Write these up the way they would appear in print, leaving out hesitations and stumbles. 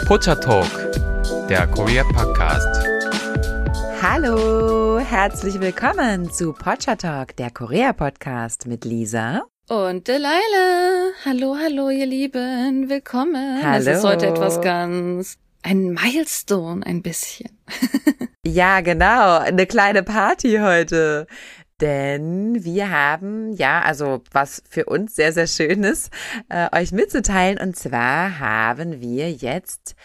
Pocha Talk, der Korea Podcast. Hallo, herzlich willkommen zu Pocha Talk, der Korea Podcast mit Lisa und Delilah. Hallo, hallo, ihr Lieben, willkommen. Hallo. Es ist heute ein Milestone, ein bisschen. Ja, genau, eine kleine Party heute. Denn wir haben, was für uns sehr, sehr Schönes, euch mitzuteilen. Und zwar haben wir jetzt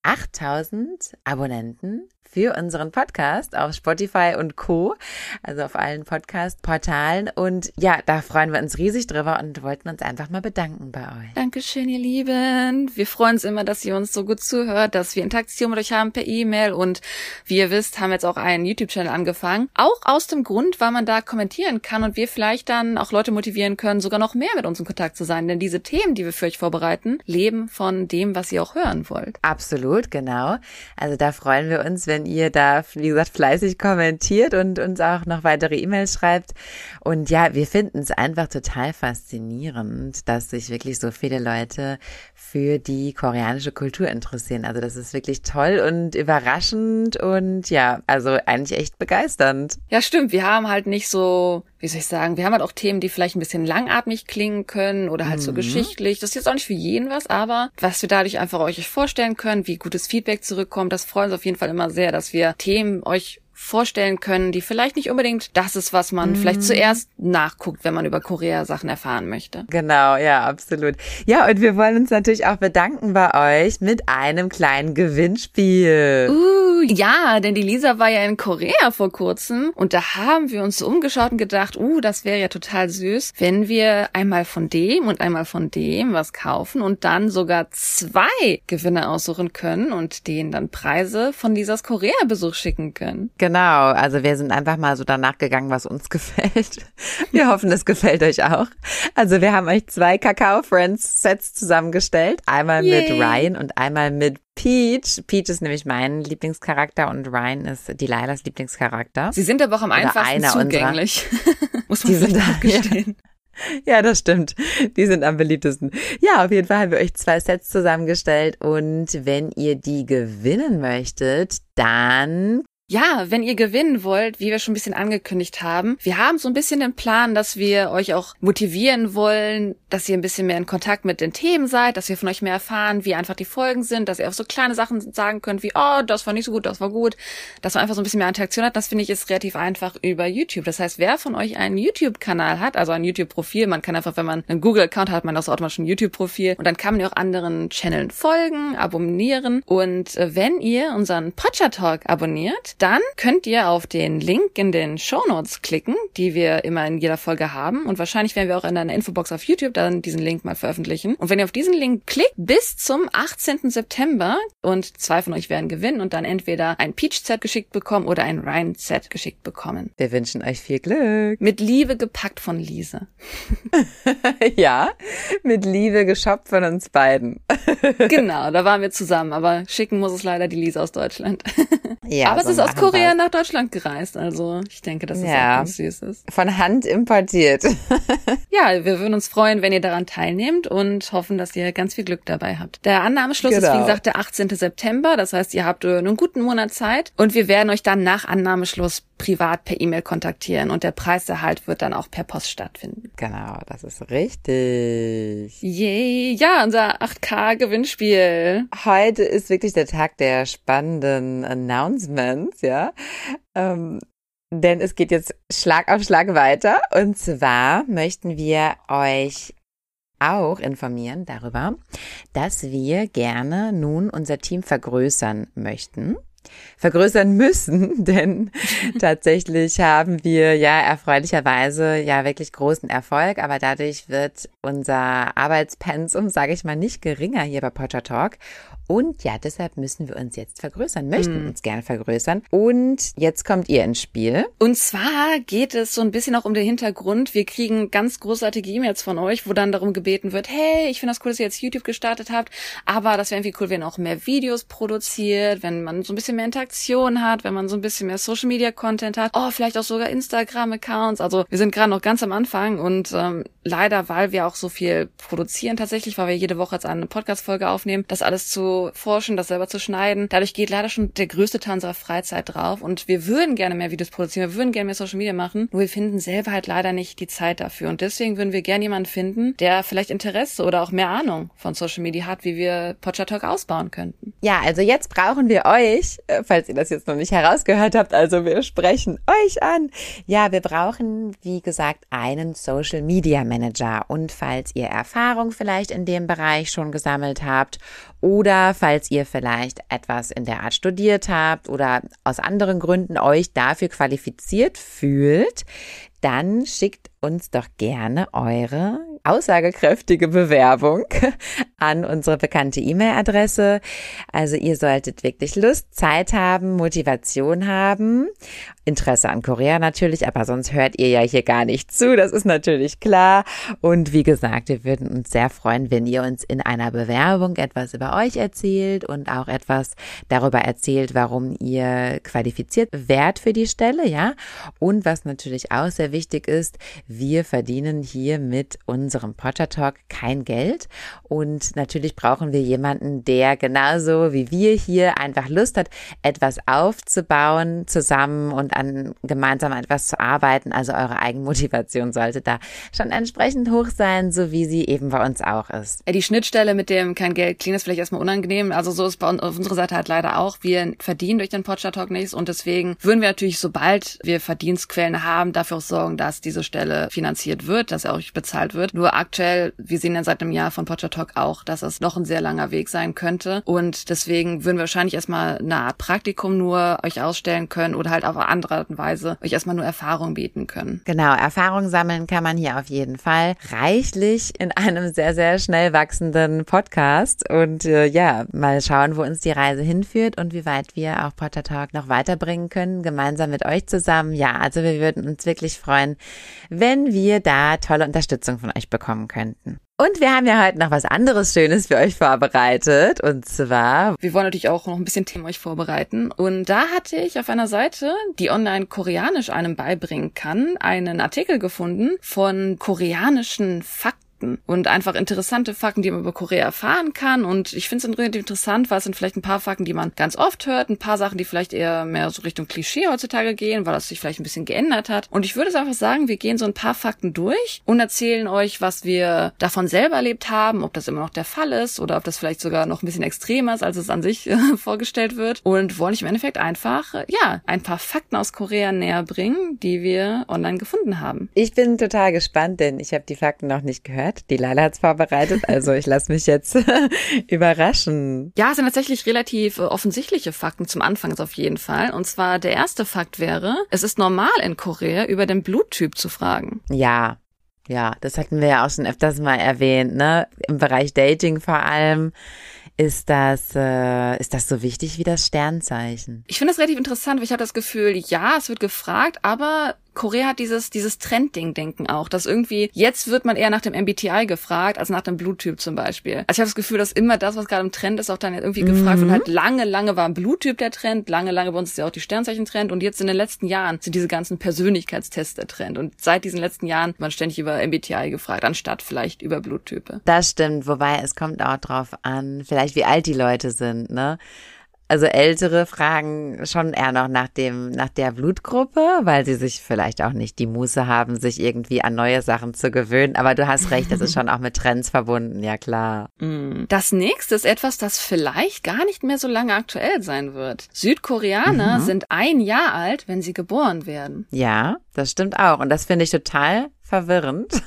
8000 Abonnenten für unseren Podcast auf Spotify und Co., also auf allen Podcast-Portalen. Und ja, da freuen wir uns riesig drüber und wollten uns einfach mal bedanken bei euch. Dankeschön, ihr Lieben. Wir freuen uns immer, dass ihr uns so gut zuhört, dass wir Interaktion mit euch haben per E-Mail. Und wie ihr wisst, haben wir jetzt auch einen YouTube-Channel angefangen. Auch aus dem Grund, weil man da kommentieren kann und wir vielleicht dann auch Leute motivieren können, sogar noch mehr mit uns in Kontakt zu sein. Denn diese Themen, die wir für euch vorbereiten, leben von dem, was ihr auch hören wollt. Absolut, genau. Also da freuen wir uns, wenn ihr da, wie gesagt, fleißig kommentiert und uns auch noch weitere E-Mails schreibt. Und ja, wir finden es einfach total faszinierend, dass sich wirklich so viele Leute für die koreanische Kultur interessieren. Also das ist wirklich toll und überraschend und ja, also eigentlich echt begeisternd. Ja, stimmt. Wir haben halt nicht so, wie soll ich sagen, wir haben halt auch Themen, die vielleicht ein bisschen langatmig klingen können oder halt so geschichtlich. Das ist jetzt auch nicht für jeden was, aber was wir dadurch einfach euch vorstellen können, wie gutes Feedback zurückkommt, das freut uns auf jeden Fall immer sehr, dass wir Themen euch vorstellen können, die vielleicht nicht unbedingt das ist, was man vielleicht zuerst nachguckt, wenn man über Korea-Sachen erfahren möchte. Genau, ja, absolut. Ja, und wir wollen uns natürlich auch bedanken bei euch mit einem kleinen Gewinnspiel. Ja, denn die Lisa war ja in Korea vor kurzem und da haben wir uns so umgeschaut und gedacht, das wäre ja total süß, wenn wir einmal von dem und einmal von dem was kaufen und dann sogar 2 Gewinner aussuchen können und denen dann Preise von Lisas Korea-Besuch schicken können. Genau, also wir sind einfach mal so danach gegangen, was uns gefällt. Wir hoffen, es gefällt euch auch. Also wir haben euch 2 Kakao Friends Sets zusammengestellt. Einmal mit Ryan und einmal mit Peach. Peach ist nämlich mein Lieblingscharakter und Ryan ist Delilahs Lieblingscharakter. Sie sind aber auch am einfachsten zugänglich. Muss man vielleicht gestehen. Ja, das stimmt. Die sind am beliebtesten. Ja, auf jeden Fall haben wir euch 2 Sets zusammengestellt und wenn ihr die gewinnen möchtet, dann... Ja, wenn ihr gewinnen wollt, wie wir schon ein bisschen angekündigt haben, wir haben so ein bisschen den Plan, dass wir euch auch motivieren wollen, dass ihr ein bisschen mehr in Kontakt mit den Themen seid, dass wir von euch mehr erfahren, wie einfach die Folgen sind, dass ihr auch so kleine Sachen sagen könnt wie, das war nicht so gut, das war gut, dass man einfach so ein bisschen mehr Interaktion hat. Das finde ich ist relativ einfach über YouTube. Das heißt, wer von euch einen YouTube-Kanal hat, also ein YouTube-Profil, man kann einfach, wenn man einen Google-Account hat, man das automatisch ein YouTube-Profil und dann kann man ja auch anderen Channeln folgen, abonnieren und wenn ihr unseren Pocha Talk abonniert, dann könnt ihr auf den Link in den Shownotes klicken, die wir immer in jeder Folge haben. Und wahrscheinlich werden wir auch in einer Infobox auf YouTube dann diesen Link mal veröffentlichen. Und wenn ihr auf diesen Link klickt, bis zum 18. September und 2 von euch werden gewinnen und dann entweder ein Peach-Set geschickt bekommen oder ein Ryan-Set geschickt bekommen. Wir wünschen euch viel Glück. Mit Liebe gepackt von Lisa. Ja, mit Liebe geshoppt von uns beiden. Genau, da waren wir zusammen. Aber schicken muss es leider die Lisa aus Deutschland. Ja, aber es ist aus Korea nach Deutschland gereist, also ich denke, dass es auch ganz süß ist. Von Hand importiert. Ja, wir würden uns freuen, wenn ihr daran teilnehmt und hoffen, dass ihr ganz viel Glück dabei habt. Der Annahmeschluss ist, wie gesagt, der 18. September, das heißt, ihr habt einen guten Monat Zeit und wir werden euch dann nach Annahmeschluss privat per E-Mail kontaktieren und der Preiserhalt wird dann auch per Post stattfinden. Genau, das ist richtig. Yay, ja, unser 8K-Gewinnspiel. Heute ist wirklich der Tag der spannenden Announcements, ja. Denn es geht jetzt Schlag auf Schlag weiter. Und zwar möchten wir euch auch informieren darüber, dass wir gerne nun unser Team vergrößern möchten. Vergrößern müssen, denn tatsächlich haben wir ja erfreulicherweise ja wirklich großen Erfolg, aber dadurch wird unser Arbeitspensum, sage ich mal, nicht geringer hier bei Pocha Talk. Und ja, deshalb müssen wir uns jetzt vergrößern, möchten uns gerne vergrößern. Und jetzt kommt ihr ins Spiel. Und zwar geht es so ein bisschen auch um den Hintergrund. Wir kriegen ganz großartige E-Mails von euch, wo dann darum gebeten wird, hey, ich finde das cool, dass ihr jetzt YouTube gestartet habt, aber das wäre irgendwie cool, wenn ihr auch mehr Videos produziert, wenn man so ein bisschen mehr Interaktion hat, wenn man so ein bisschen mehr Social-Media-Content hat, vielleicht auch sogar Instagram-Accounts. Also wir sind gerade noch ganz am Anfang und leider, weil wir auch so viel produzieren tatsächlich, weil wir jede Woche jetzt eine Podcast-Folge aufnehmen, das alles zu forschen, das selber zu schneiden. Dadurch geht leider schon der größte Teil unserer Freizeit drauf und wir würden gerne mehr Videos produzieren, wir würden gerne mehr Social-Media machen, nur wir finden selber halt leider nicht die Zeit dafür und deswegen würden wir gerne jemanden finden, der vielleicht Interesse oder auch mehr Ahnung von Social Media hat, wie wir Podstar Talk ausbauen könnten. Ja, also jetzt brauchen wir euch, falls ihr das jetzt noch nicht herausgehört habt, also wir sprechen euch an. Ja, wir brauchen, wie gesagt, einen Social Media Manager und falls ihr Erfahrung vielleicht in dem Bereich schon gesammelt habt oder falls ihr vielleicht etwas in der Art studiert habt oder aus anderen Gründen euch dafür qualifiziert fühlt, dann schickt uns doch gerne eure aussagekräftige Bewerbung an unsere bekannte E-Mail-Adresse. Also ihr solltet wirklich Lust, Zeit haben, Motivation haben, Interesse an Korea natürlich, aber sonst hört ihr ja hier gar nicht zu, das ist natürlich klar. Und wie gesagt, wir würden uns sehr freuen, wenn ihr uns in einer Bewerbung etwas über euch erzählt und auch etwas darüber erzählt, warum ihr qualifiziert wärt für die Stelle, ja. Und was natürlich auch sehr wichtig ist, wir verdienen hier mit unserem Podstar Talk kein Geld und natürlich brauchen wir jemanden, der genauso wie wir hier einfach Lust hat, etwas aufzubauen zusammen und an gemeinsam etwas zu arbeiten. Also eure Eigenmotivation sollte da schon entsprechend hoch sein, so wie sie eben bei uns auch ist. Die Schnittstelle mit dem kein Geld klingt jetzt vielleicht erstmal unangenehm. Also so ist bei uns auf unserer Seite halt leider auch. Wir verdienen durch den Podstar Talk nichts und deswegen würden wir natürlich, sobald wir Verdienstquellen haben, dafür auch sorgen, dass diese Stelle finanziert wird, dass er auch bezahlt wird. Nur aktuell, wir sehen ja seit einem Jahr von Podstar Talk auch, dass es noch ein sehr langer Weg sein könnte und deswegen würden wir wahrscheinlich erstmal eine Art Praktikum nur euch ausstellen können oder halt auf eine andere Art und Weise euch erstmal nur Erfahrung bieten können. Genau, Erfahrung sammeln kann man hier auf jeden Fall reichlich in einem sehr, sehr schnell wachsenden Podcast und mal schauen, wo uns die Reise hinführt und wie weit wir auch Podstar Talk noch weiterbringen können, gemeinsam mit euch zusammen. Ja, also wir würden uns wirklich freuen, wenn wir da tolle Unterstützung von euch bekommen könnten. Und wir haben ja heute noch was anderes Schönes für euch vorbereitet und zwar... Wir wollen natürlich auch noch ein bisschen Themen euch vorbereiten und da hatte ich auf einer Seite, die online Koreanisch einem beibringen kann, einen Artikel gefunden von koreanischen Fakten. Und einfach interessante Fakten, die man über Korea erfahren kann. Und ich finde es relativ interessant, weil es sind vielleicht ein paar Fakten, die man ganz oft hört, ein paar Sachen, die vielleicht eher mehr so Richtung Klischee heutzutage gehen, weil das sich vielleicht ein bisschen geändert hat. Und ich würde es einfach sagen, wir gehen so ein paar Fakten durch und erzählen euch, was wir davon selber erlebt haben, ob das immer noch der Fall ist oder ob das vielleicht sogar noch ein bisschen extremer ist, als es an sich vorgestellt wird. Und wollen euch im Endeffekt einfach, ein paar Fakten aus Korea näher bringen, die wir online gefunden haben. Ich bin total gespannt, denn ich habe die Fakten noch nicht gehört. Die Laila hat's vorbereitet, also ich lasse mich jetzt überraschen. Ja, es sind tatsächlich relativ offensichtliche Fakten zum Anfang auf jeden Fall. Und zwar der erste Fakt wäre, es ist normal in Korea über den Bluttyp zu fragen. Ja, das hatten wir ja auch schon öfters mal erwähnt, ne? Im Bereich Dating vor allem. Ist das so wichtig wie das Sternzeichen? Ich finde das relativ interessant, weil ich habe das Gefühl, ja, es wird gefragt, aber Korea hat dieses Trendding-Denken auch, dass irgendwie, jetzt wird man eher nach dem MBTI gefragt, als nach dem Bluttyp zum Beispiel. Also ich habe das Gefühl, dass immer das, was gerade im Trend ist, auch dann irgendwie gefragt wird. Halt lange war ein Bluttyp der Trend, lange bei uns ist ja auch die Sternzeichen-Trend und jetzt in den letzten Jahren sind diese ganzen Persönlichkeitstests der Trend und seit diesen letzten Jahren wird man ständig über MBTI gefragt, anstatt vielleicht über Bluttype. Das stimmt, wobei es kommt auch drauf an, vielleicht wie alt die Leute sind, ne? Also Ältere fragen schon eher noch nach der Blutgruppe, weil sie sich vielleicht auch nicht die Muße haben, sich irgendwie an neue Sachen zu gewöhnen. Aber du hast recht, das ist schon auch mit Trends verbunden, ja klar. Das nächste ist etwas, das vielleicht gar nicht mehr so lange aktuell sein wird. Südkoreaner sind 1 Jahr alt, wenn sie geboren werden. Ja, das stimmt auch. Und das finde ich total verwirrend.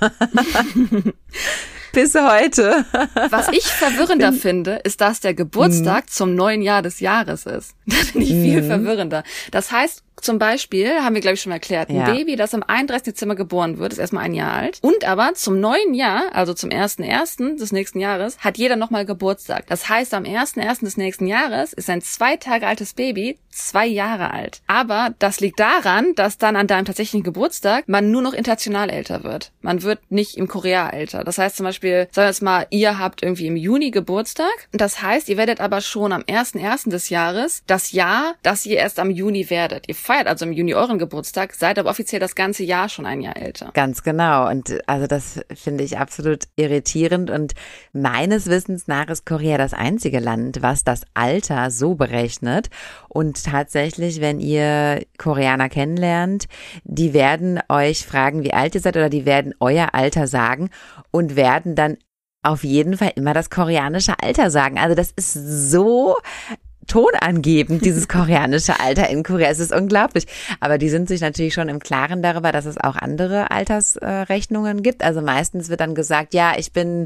Bis heute. Was ich verwirrender finde, ist, dass der Geburtstag zum neuen Jahr des Jahres ist. Das finde ich viel verwirrender. Das heißt, zum Beispiel, haben wir glaube ich schon mal erklärt, ein Baby, das am 31. Dezember geboren wird, ist erstmal 1 Jahr alt. Und aber zum neuen Jahr, also zum 1.1. des nächsten Jahres, hat jeder nochmal Geburtstag. Das heißt, am 1.1. des nächsten Jahres ist ein 2 Tage altes Baby 2 Jahre alt. Aber das liegt daran, dass dann an deinem tatsächlichen Geburtstag man nur noch international älter wird. Man wird nicht im Korea älter. Das heißt zum Beispiel, sagen wir jetzt mal, ihr habt irgendwie im Juni Geburtstag. Das heißt, ihr werdet aber schon am 1.1. des Jahres das Jahr, das ihr erst am Juni werdet. Ihr feiert also im Juni euren Geburtstag, seid aber offiziell das ganze Jahr schon 1 Jahr älter. Ganz genau. Und also das finde ich absolut irritierend. Und meines Wissens nach ist Korea das einzige Land, was das Alter so berechnet. Und tatsächlich, wenn ihr Koreaner kennenlernt, die werden euch fragen, wie alt ihr seid, oder die werden euer Alter sagen und werden dann auf jeden Fall immer das koreanische Alter sagen. Also das ist so tonangebend, dieses koreanische Alter in Korea. Es ist unglaublich. Aber die sind sich natürlich schon im Klaren darüber, dass es auch andere Altersrechnungen gibt. Also meistens wird dann gesagt, ja, ich bin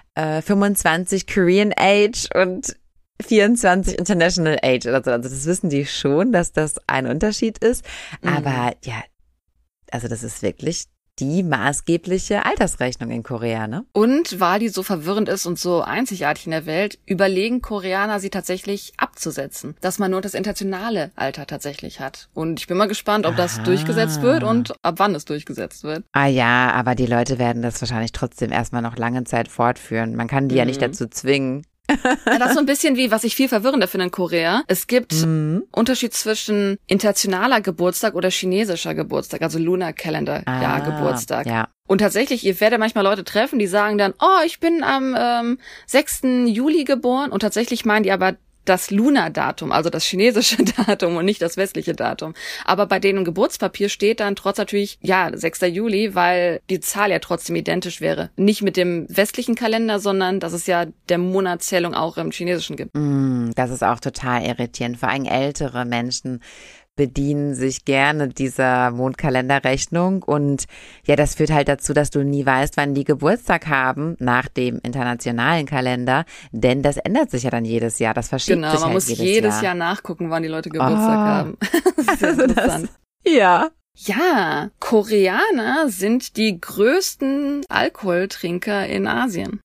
25 Korean Age und 24 International Age oder so. Also das wissen die schon, dass das ein Unterschied ist. Aber ja, also das ist wirklich die maßgebliche Altersrechnung in Korea, ne? Und weil die so verwirrend ist und so einzigartig in der Welt, überlegen Koreaner, sie tatsächlich abzusetzen. Dass man nur das internationale Alter tatsächlich hat. Und ich bin mal gespannt, ob das durchgesetzt wird und ab wann es durchgesetzt wird. Ah ja, aber die Leute werden das wahrscheinlich trotzdem erstmal noch lange Zeit fortführen. Man kann die ja nicht dazu zwingen. Ja, das ist so ein bisschen wie, was ich viel verwirrender finde in Korea. Es gibt Unterschied zwischen internationaler Geburtstag oder chinesischer Geburtstag, also Lunar Calendar Jahr Geburtstag. Ja. Und tatsächlich, ihr werdet manchmal Leute treffen, die sagen dann, oh, ich bin am 6. Juli geboren. Und tatsächlich meinen die aber das Lunar-Datum, also das chinesische Datum und nicht das westliche Datum. Aber bei denen im Geburtspapier steht dann trotz natürlich, 6. Juli, weil die Zahl ja trotzdem identisch wäre. Nicht mit dem westlichen Kalender, sondern dass es ja der Monatszählung auch im Chinesischen gibt. Das ist auch total irritierend. Vor allem ältere Menschen bedienen sich gerne dieser Mondkalenderrechnung und ja, das führt halt dazu, dass du nie weißt, wann die Geburtstag haben nach dem internationalen Kalender, denn das ändert sich ja dann jedes Jahr, das verschiebt sich halt man muss jedes Jahr nachgucken, wann die Leute Geburtstag haben. Das ist sehr interessant. Ja. Ja, Koreaner sind die größten Alkoholtrinker in Asien.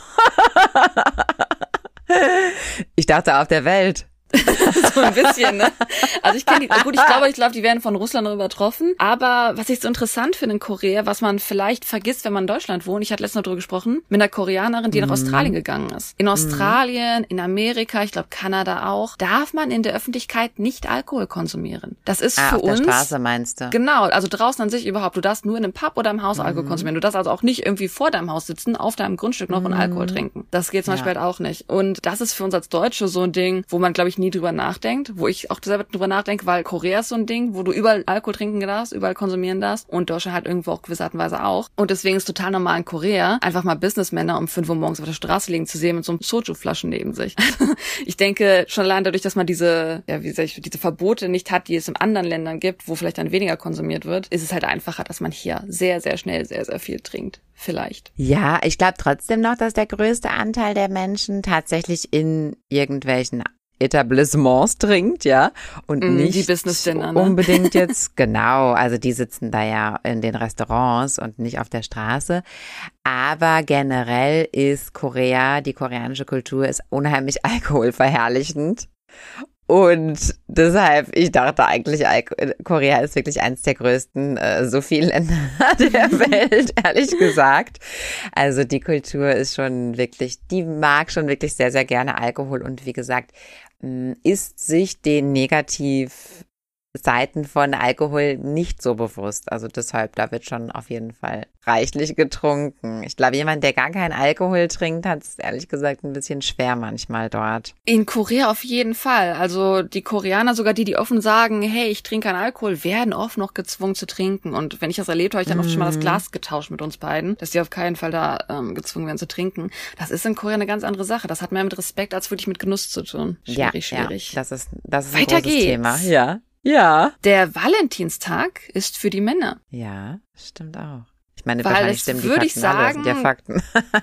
Ich dachte auf der Welt. So ein bisschen, ne? Also ich glaube, die werden von Russland übertroffen. Aber was ich so interessant finde in Korea, was man vielleicht vergisst, wenn man in Deutschland wohnt, ich hatte letztens noch drüber gesprochen, mit einer Koreanerin, die nach Australien gegangen ist. In Australien, in Amerika, ich glaube Kanada auch, darf man in der Öffentlichkeit nicht Alkohol konsumieren. Das ist für uns... Auf der Straße meinst du? Genau, also draußen an sich überhaupt. Du darfst nur in einem Pub oder im Haus Alkohol konsumieren. Du darfst also auch nicht irgendwie vor deinem Haus sitzen, auf deinem Grundstück noch und Alkohol trinken. Das geht zum Beispiel halt auch nicht. Und das ist für uns als Deutsche so ein Ding, wo man, glaube ich, nie drüber nachdenkt, wo ich auch selber drüber nachdenke, weil Korea ist so ein Ding, wo du überall Alkohol trinken darfst, überall konsumieren darfst und Deutschland halt irgendwo auch gewisse Art und Weise auch. Und deswegen ist es total normal in Korea, einfach mal Businessmänner um 5 Uhr morgens auf der Straße liegen zu sehen mit so einem Soju-Flaschen neben sich. Ich denke, schon allein dadurch, dass man diese Verbote nicht hat, die es in anderen Ländern gibt, wo vielleicht dann weniger konsumiert wird, ist es halt einfacher, dass man hier sehr, sehr schnell sehr, sehr viel trinkt. Vielleicht. Ja, ich glaube trotzdem noch, dass der größte Anteil der Menschen tatsächlich in irgendwelchen Etablissements trinkt, ja, und nicht die Business-Dinner, ne? Unbedingt jetzt, genau, also die sitzen da ja in den Restaurants und nicht auf der Straße, aber generell ist die koreanische Kultur ist unheimlich alkoholverherrlichend. Und deshalb, ich dachte eigentlich, Korea ist wirklich eins der größten so viel Länder der Welt, ehrlich gesagt. Also die Kultur ist schon wirklich, die mag schon wirklich sehr, sehr gerne Alkohol und wie gesagt, ist sich den Negativseiten von Alkohol nicht so bewusst. Also deshalb, da wird schon auf jeden Fall reichlich getrunken. Ich glaube, jemand, der gar keinen Alkohol trinkt, hat es ehrlich gesagt ein bisschen schwer manchmal dort. In Korea auf jeden Fall. Also die Koreaner, sogar die offen sagen, hey, ich trinke keinen Alkohol, werden oft noch gezwungen zu trinken. Und wenn ich das erlebt habe, ich dann oft schon mal das Glas getauscht mit uns beiden, dass die auf keinen Fall da gezwungen werden zu trinken. Das ist in Korea eine ganz andere Sache. Das hat mehr mit Respekt als wirklich mit Genuss zu tun. Schwierig. Ja, das ist ein Weiter großes geht's. Thema. Ja. Der Valentinstag ist für die Männer. Ja, stimmt auch. Ich meine, Weil wahrscheinlich stimmen die würde ich Fakten alle, das sind ja Fakten.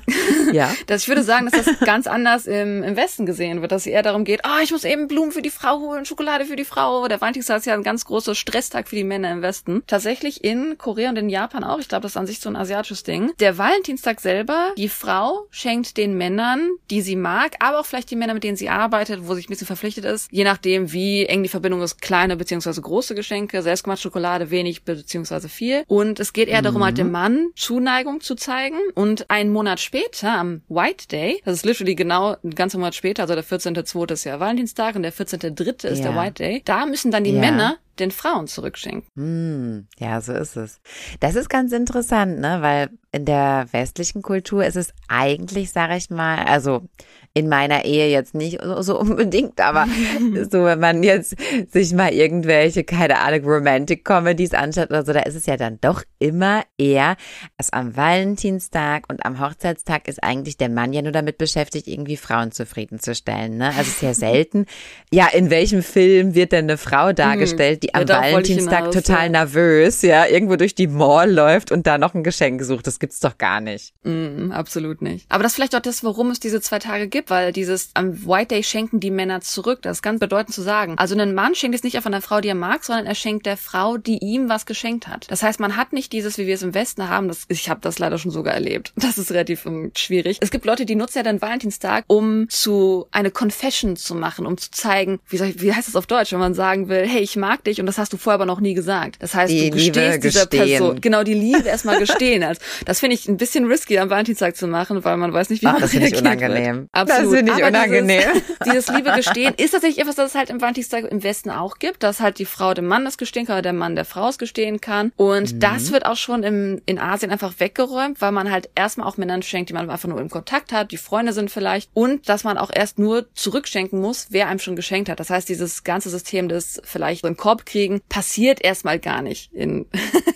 Ja. Ich würde sagen, dass das ganz anders im Westen gesehen wird, dass es eher darum geht, ich muss eben Blumen für die Frau holen, Schokolade für die Frau. Der Valentinstag ist ja ein ganz großer Stresstag für die Männer im Westen. Tatsächlich in Korea und in Japan auch. Ich glaube, das ist an sich so ein asiatisches Ding. Der Valentinstag selber, die Frau schenkt den Männern, die sie mag, aber auch vielleicht die Männer, mit denen sie arbeitet, wo sie ein bisschen verpflichtet ist, je nachdem, wie eng die Verbindung ist, kleine bzw. große Geschenke, selbstgemachte Schokolade, wenig bzw. viel. Und es geht eher darum, halt dem Mann Zuneigung zu zeigen. Und einen Monat später, am White Day, das ist literally genau einen ganzen Monat später, also der 14.2. ist ja Valentinstag und der 14.3. ist der White Day, da müssen dann die Männer den Frauen zurückschenken. Ja, so ist es. Das ist ganz interessant, ne, weil in der westlichen Kultur ist es eigentlich, sage ich mal, also in meiner Ehe jetzt nicht so unbedingt, aber so, wenn man jetzt sich mal irgendwelche, keine Ahnung, Romantic-Comedies anschaut oder so, da ist es ja dann doch immer eher, als am Valentinstag und am Hochzeitstag ist eigentlich der Mann ja nur damit beschäftigt, irgendwie Frauen zufriedenzustellen, ne? Also es ist ja selten. Ja, in welchem Film wird denn eine Frau dargestellt, die am Valentinstag total nervös, ja, irgendwo durch die Mall läuft und da noch ein Geschenk sucht? Das gibt's doch gar nicht. Absolut nicht. Aber das ist vielleicht auch das, warum es diese 2 Tage gibt, weil dieses am White Day schenken die Männer zurück. Das ist ganz bedeutend zu sagen. Also ein Mann schenkt jetzt nicht einfach einer Frau, die er mag, sondern er schenkt der Frau, die ihm was geschenkt hat. Das heißt, man hat nicht dieses, wie wir es im Westen haben. Ich habe das leider schon sogar erlebt. Das ist relativ schwierig. Es gibt Leute, die nutzen ja den Valentinstag, um eine Confession zu machen, um zu zeigen, wie heißt das auf Deutsch, wenn man sagen will, hey, ich mag dich und das hast du vorher aber noch nie gesagt. Das heißt, du gestehst dieser Person, genau, die Liebe erstmal gestehen. Also, das finde ich ein bisschen risky am Valentinstag zu machen, weil man weiß nicht, wie man das reagiert. Das finde ich unangenehm. Wird. Absolut. Das finde ich unangenehm. Dieses Liebe gestehen ist tatsächlich etwas, das es halt im Valentinstag im Westen auch gibt, dass halt die Frau dem Mann das gestehen kann oder der Mann der Frau es gestehen kann. Und das wird auch schon in Asien einfach weggeräumt, weil man halt erstmal auch Männern schenkt, die man einfach nur im Kontakt hat, die Freunde sind vielleicht, und dass man auch erst nur zurückschenken muss, wer einem schon geschenkt hat. Das heißt, dieses ganze System des vielleicht einen Korb kriegen, passiert erstmal gar nicht in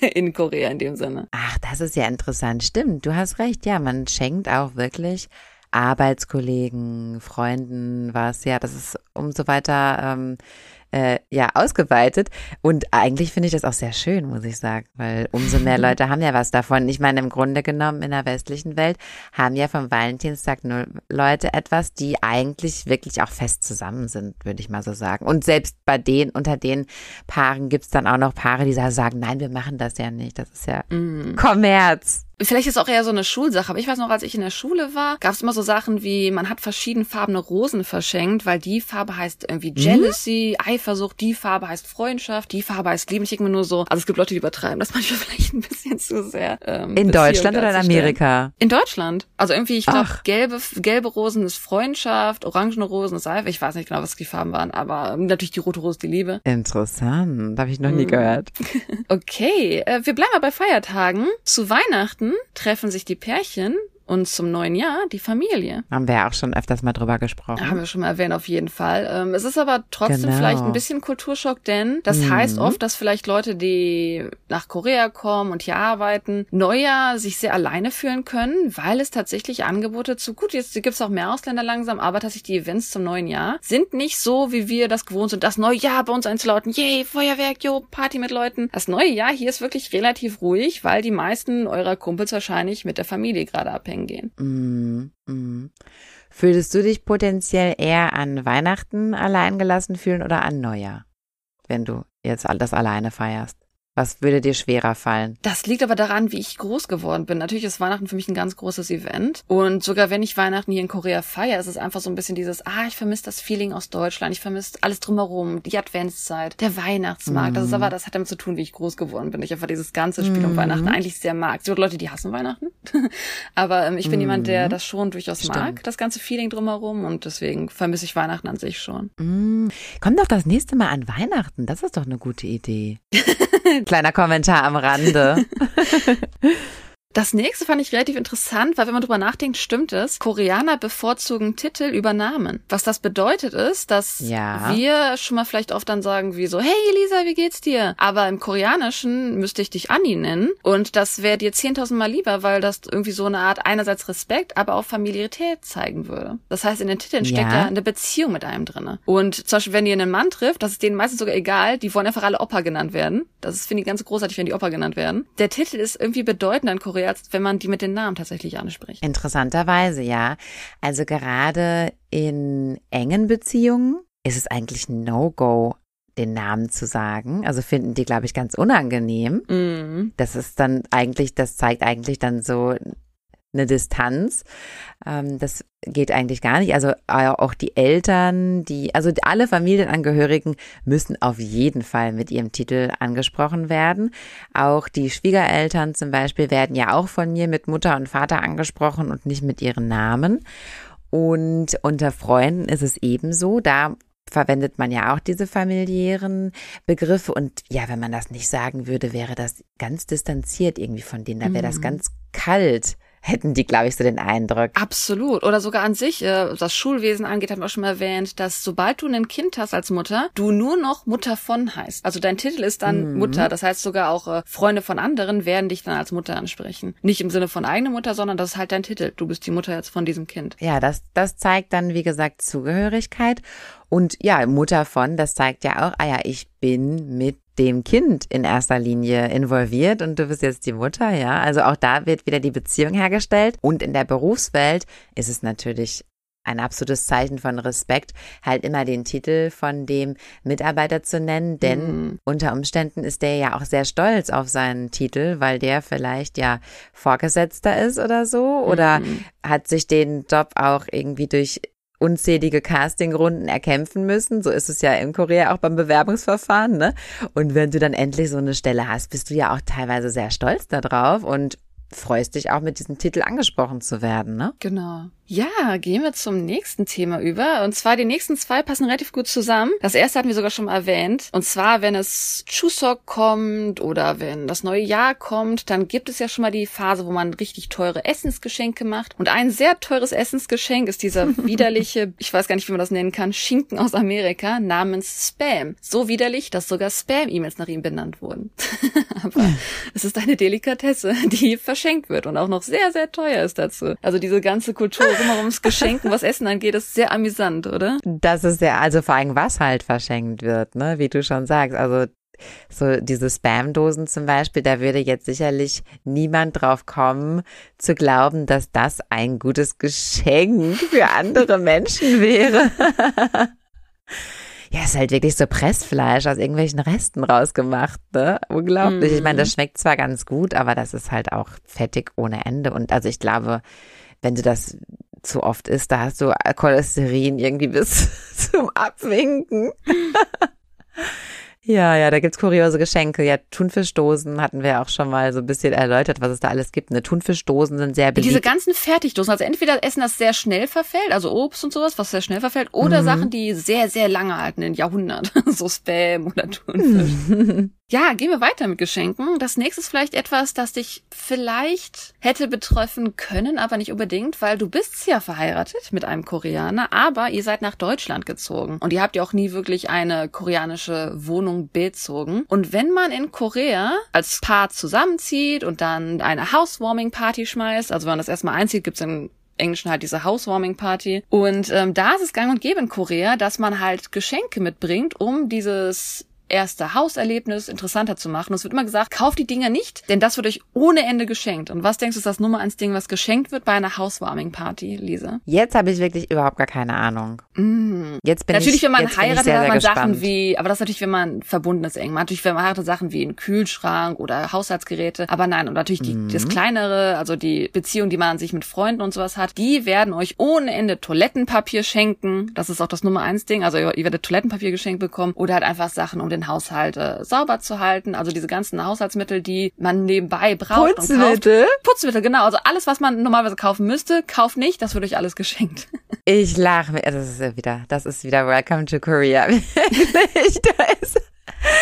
Korea in dem Sinne. Ach, das ist ja interessant. Stimmt, du hast recht. Ja, man schenkt auch wirklich Arbeitskollegen, Freunden was. Ja, das ist umso weiter ausgeweitet. Und eigentlich finde ich das auch sehr schön, muss ich sagen, weil umso mehr Leute haben ja was davon. Ich meine, im Grunde genommen in der westlichen Welt haben ja vom Valentinstag nur Leute etwas, die eigentlich wirklich auch fest zusammen sind, würde ich mal so sagen. Und selbst unter den Paaren gibt es dann auch noch Paare, die sagen, nein, wir machen das ja nicht. Das ist ja Kommerz. Vielleicht ist es auch eher so eine Schulsache, aber ich weiß noch, als ich in der Schule war, gab es immer so Sachen wie, man hat verschiedenfarbene Rosen verschenkt, weil die Farbe heißt irgendwie Jealousy, Eifersucht, die Farbe heißt Freundschaft, die Farbe heißt Liebe. Ich denke mir nur so, also es gibt Leute, die übertreiben das manchmal vielleicht ein bisschen zu sehr. In Deutschland oder in Amerika? In Deutschland. Also irgendwie, ich glaube, gelbe Rosen ist Freundschaft, orangene Rosen ist Eifersucht. Ich weiß nicht genau, was die Farben waren, aber natürlich die rote Rose ist die Liebe. Interessant, habe ich noch nie gehört. Okay, wir bleiben mal bei Feiertagen. Zu Weihnachten treffen sich die Pärchen und zum neuen Jahr die Familie. Haben wir ja auch schon öfters mal drüber gesprochen. Haben wir schon mal erwähnt, auf jeden Fall. Es ist aber trotzdem vielleicht ein bisschen Kulturschock, denn das heißt oft, dass vielleicht Leute, die nach Korea kommen und hier arbeiten, Neujahr sich sehr alleine fühlen können, weil es tatsächlich Angebote jetzt gibt's auch mehr Ausländer langsam, aber tatsächlich die Events zum neuen Jahr sind nicht so, wie wir das gewohnt sind, das neue Jahr bei uns einzulauten, yay, Feuerwerk, yo, Party mit Leuten. Das neue Jahr hier ist wirklich relativ ruhig, weil die meisten eurer Kumpels wahrscheinlich mit der Familie gerade abhängen gehen. Fühlst du dich potenziell eher an Weihnachten allein gelassen fühlen oder an Neujahr, wenn du jetzt das alleine feierst? Was würde dir schwerer fallen? Das liegt aber daran, wie ich groß geworden bin. Natürlich ist Weihnachten für mich ein ganz großes Event. Und sogar wenn ich Weihnachten hier in Korea feiere, ist es einfach so ein bisschen dieses, ich vermisse das Feeling aus Deutschland. Ich vermisse alles drumherum, die Adventszeit, der Weihnachtsmarkt. Das hat damit zu tun, wie ich groß geworden bin. Ich einfach dieses ganze Spiel um Weihnachten eigentlich sehr mag. Es gibt Leute, die hassen Weihnachten. Aber ich bin jemand, der das schon durchaus mag, das ganze Feeling drumherum. Und deswegen vermisse ich Weihnachten an sich schon. Komm doch das nächste Mal an Weihnachten. Das ist doch eine gute Idee. Kleiner Kommentar am Rande. Das nächste fand ich relativ interessant, weil wenn man drüber nachdenkt, stimmt es. Koreaner bevorzugen Titel über Namen. Was das bedeutet ist, dass wir schon mal vielleicht oft dann sagen wie so, hey Elisa, wie geht's dir? Aber im Koreanischen müsste ich dich Anni nennen und das wäre dir 10.000 Mal lieber, weil das irgendwie so eine Art einerseits Respekt, aber auch Familiarität zeigen würde. Das heißt, in den Titeln steckt ja eine Beziehung mit einem drinne. Und zum Beispiel, wenn ihr einen Mann trifft, das ist denen meistens sogar egal, die wollen einfach alle Opa genannt werden. Das ist, finde ich, ganz großartig, wenn die Opa genannt werden. Der Titel ist irgendwie bedeutender in Korea, als wenn man die mit den Namen tatsächlich anspricht. Interessanterweise, ja. Also gerade in engen Beziehungen ist es eigentlich ein No-Go, den Namen zu sagen. Also finden die, glaube ich, ganz unangenehm. Mhm. Das zeigt eigentlich dann so eine Distanz. Das geht eigentlich gar nicht. Also auch die Eltern, also alle Familienangehörigen müssen auf jeden Fall mit ihrem Titel angesprochen werden. Auch die Schwiegereltern zum Beispiel werden ja auch von mir mit Mutter und Vater angesprochen und nicht mit ihren Namen. Und unter Freunden ist es ebenso. Da verwendet man ja auch diese familiären Begriffe. Und ja, wenn man das nicht sagen würde, wäre das ganz distanziert irgendwie von denen. Da wäre das ganz kalt. Hätten die, glaube ich, so den Eindruck. Absolut. Oder sogar an sich, was das Schulwesen angeht, haben wir auch schon mal erwähnt, dass sobald du ein Kind hast als Mutter, du nur noch Mutter von heißt. Also dein Titel ist dann Mutter. Das heißt sogar auch Freunde von anderen werden dich dann als Mutter ansprechen. Nicht im Sinne von eigene Mutter, sondern das ist halt dein Titel. Du bist die Mutter jetzt von diesem Kind. Ja, das zeigt dann, wie gesagt, Zugehörigkeit. Und ja, Mutter von, das zeigt ja auch, ich bin mit dem Kind in erster Linie involviert und du bist jetzt die Mutter, ja. Also auch da wird wieder die Beziehung hergestellt. Und in der Berufswelt ist es natürlich ein absolutes Zeichen von Respekt, halt immer den Titel von dem Mitarbeiter zu nennen, denn unter Umständen ist der ja auch sehr stolz auf seinen Titel, weil der vielleicht ja Vorgesetzter ist oder so oder hat sich den Job auch irgendwie durch unzählige Castingrunden erkämpfen müssen. So ist es ja in Korea auch beim Bewerbungsverfahren, ne? Und wenn du dann endlich so eine Stelle hast, bist du ja auch teilweise sehr stolz darauf und freust dich auch mit diesem Titel angesprochen zu werden, ne? Genau. Ja, gehen wir zum nächsten Thema über. Und zwar die nächsten zwei passen relativ gut zusammen. Das erste hatten wir sogar schon mal erwähnt. Und zwar, wenn es Chuseok kommt oder wenn das neue Jahr kommt, dann gibt es ja schon mal die Phase, wo man richtig teure Essensgeschenke macht. Und ein sehr teures Essensgeschenk ist dieser widerliche, ich weiß gar nicht, wie man das nennen kann, Schinken aus Amerika namens Spam. So widerlich, dass sogar Spam-E-Mails nach ihm benannt wurden. Aber es ist eine Delikatesse, die verschenkt wird und auch noch sehr, sehr teuer ist dazu. Also diese ganze Kultur ums Geschenken, was Essen angeht, ist sehr amüsant, oder? Das ist ja, also vor allem was halt verschenkt wird, ne, wie du schon sagst. Also so diese Spam-Dosen zum Beispiel, da würde jetzt sicherlich niemand drauf kommen, zu glauben, dass das ein gutes Geschenk für andere Menschen wäre. Ja, ist halt wirklich so Pressfleisch aus irgendwelchen Resten rausgemacht, ne? Unglaublich. Ich meine, das schmeckt zwar ganz gut, aber das ist halt auch fettig ohne Ende. Und also ich glaube, wenn du das zu oft isst, da hast du Cholesterin irgendwie bis zum Abwinken. Ja, da gibt's kuriose Geschenke. Ja, Thunfischdosen hatten wir auch schon mal so ein bisschen erläutert, was es da alles gibt. Ne, Thunfischdosen sind sehr beliebt. Diese ganzen Fertigdosen, also entweder Essen, das sehr schnell verfällt, also Obst und sowas, was sehr schnell verfällt, oder Sachen, die sehr, sehr lange halten, in Jahrhundert. So Spam oder Thunfisch. Ja, gehen wir weiter mit Geschenken. Das nächste ist vielleicht etwas, das dich vielleicht hätte betreffen können, aber nicht unbedingt, weil du bist ja verheiratet mit einem Koreaner, aber ihr seid nach Deutschland gezogen. Und ihr habt ja auch nie wirklich eine koreanische Wohnung bezogen. Und wenn man in Korea als Paar zusammenzieht und dann eine Housewarming-Party schmeißt, also wenn man das erstmal einzieht, gibt's im Englischen halt diese Housewarming-Party. Und da ist es gang und gäbe in Korea, dass man halt Geschenke mitbringt, um dieses erste Hauserlebnis interessanter zu machen. Und es wird immer gesagt, kauft die Dinger nicht, denn das wird euch ohne Ende geschenkt. Und was denkst du, ist das Nummer 1 Ding, was geschenkt wird bei einer Housewarming-Party, Lisa? Jetzt habe ich wirklich überhaupt gar keine Ahnung. Jetzt bin natürlich, ich, wenn man jetzt heiratet, sehr, hat man sehr Sachen gespannt. wie, aber das ist natürlich, wenn man verbunden ist eng. Natürlich, wenn man heiratet, Sachen wie einen Kühlschrank oder Haushaltsgeräte. Aber nein, und natürlich das Kleinere, also die Beziehung, die man sich mit Freunden und sowas hat, die werden euch ohne Ende Toilettenpapier schenken. Das ist auch das Nummer 1 Ding. Also ihr werdet Toilettenpapier geschenkt bekommen oder halt einfach Sachen, um den Haushalt sauber zu halten. Also diese ganzen Haushaltsmittel, die man nebenbei braucht. Putzmittel? Putzmittel, genau. Also alles, was man normalerweise kaufen müsste, kauft nicht. Das wird euch alles geschenkt. Ich lache mir. Das ist wieder Welcome to Korea. Wirklich,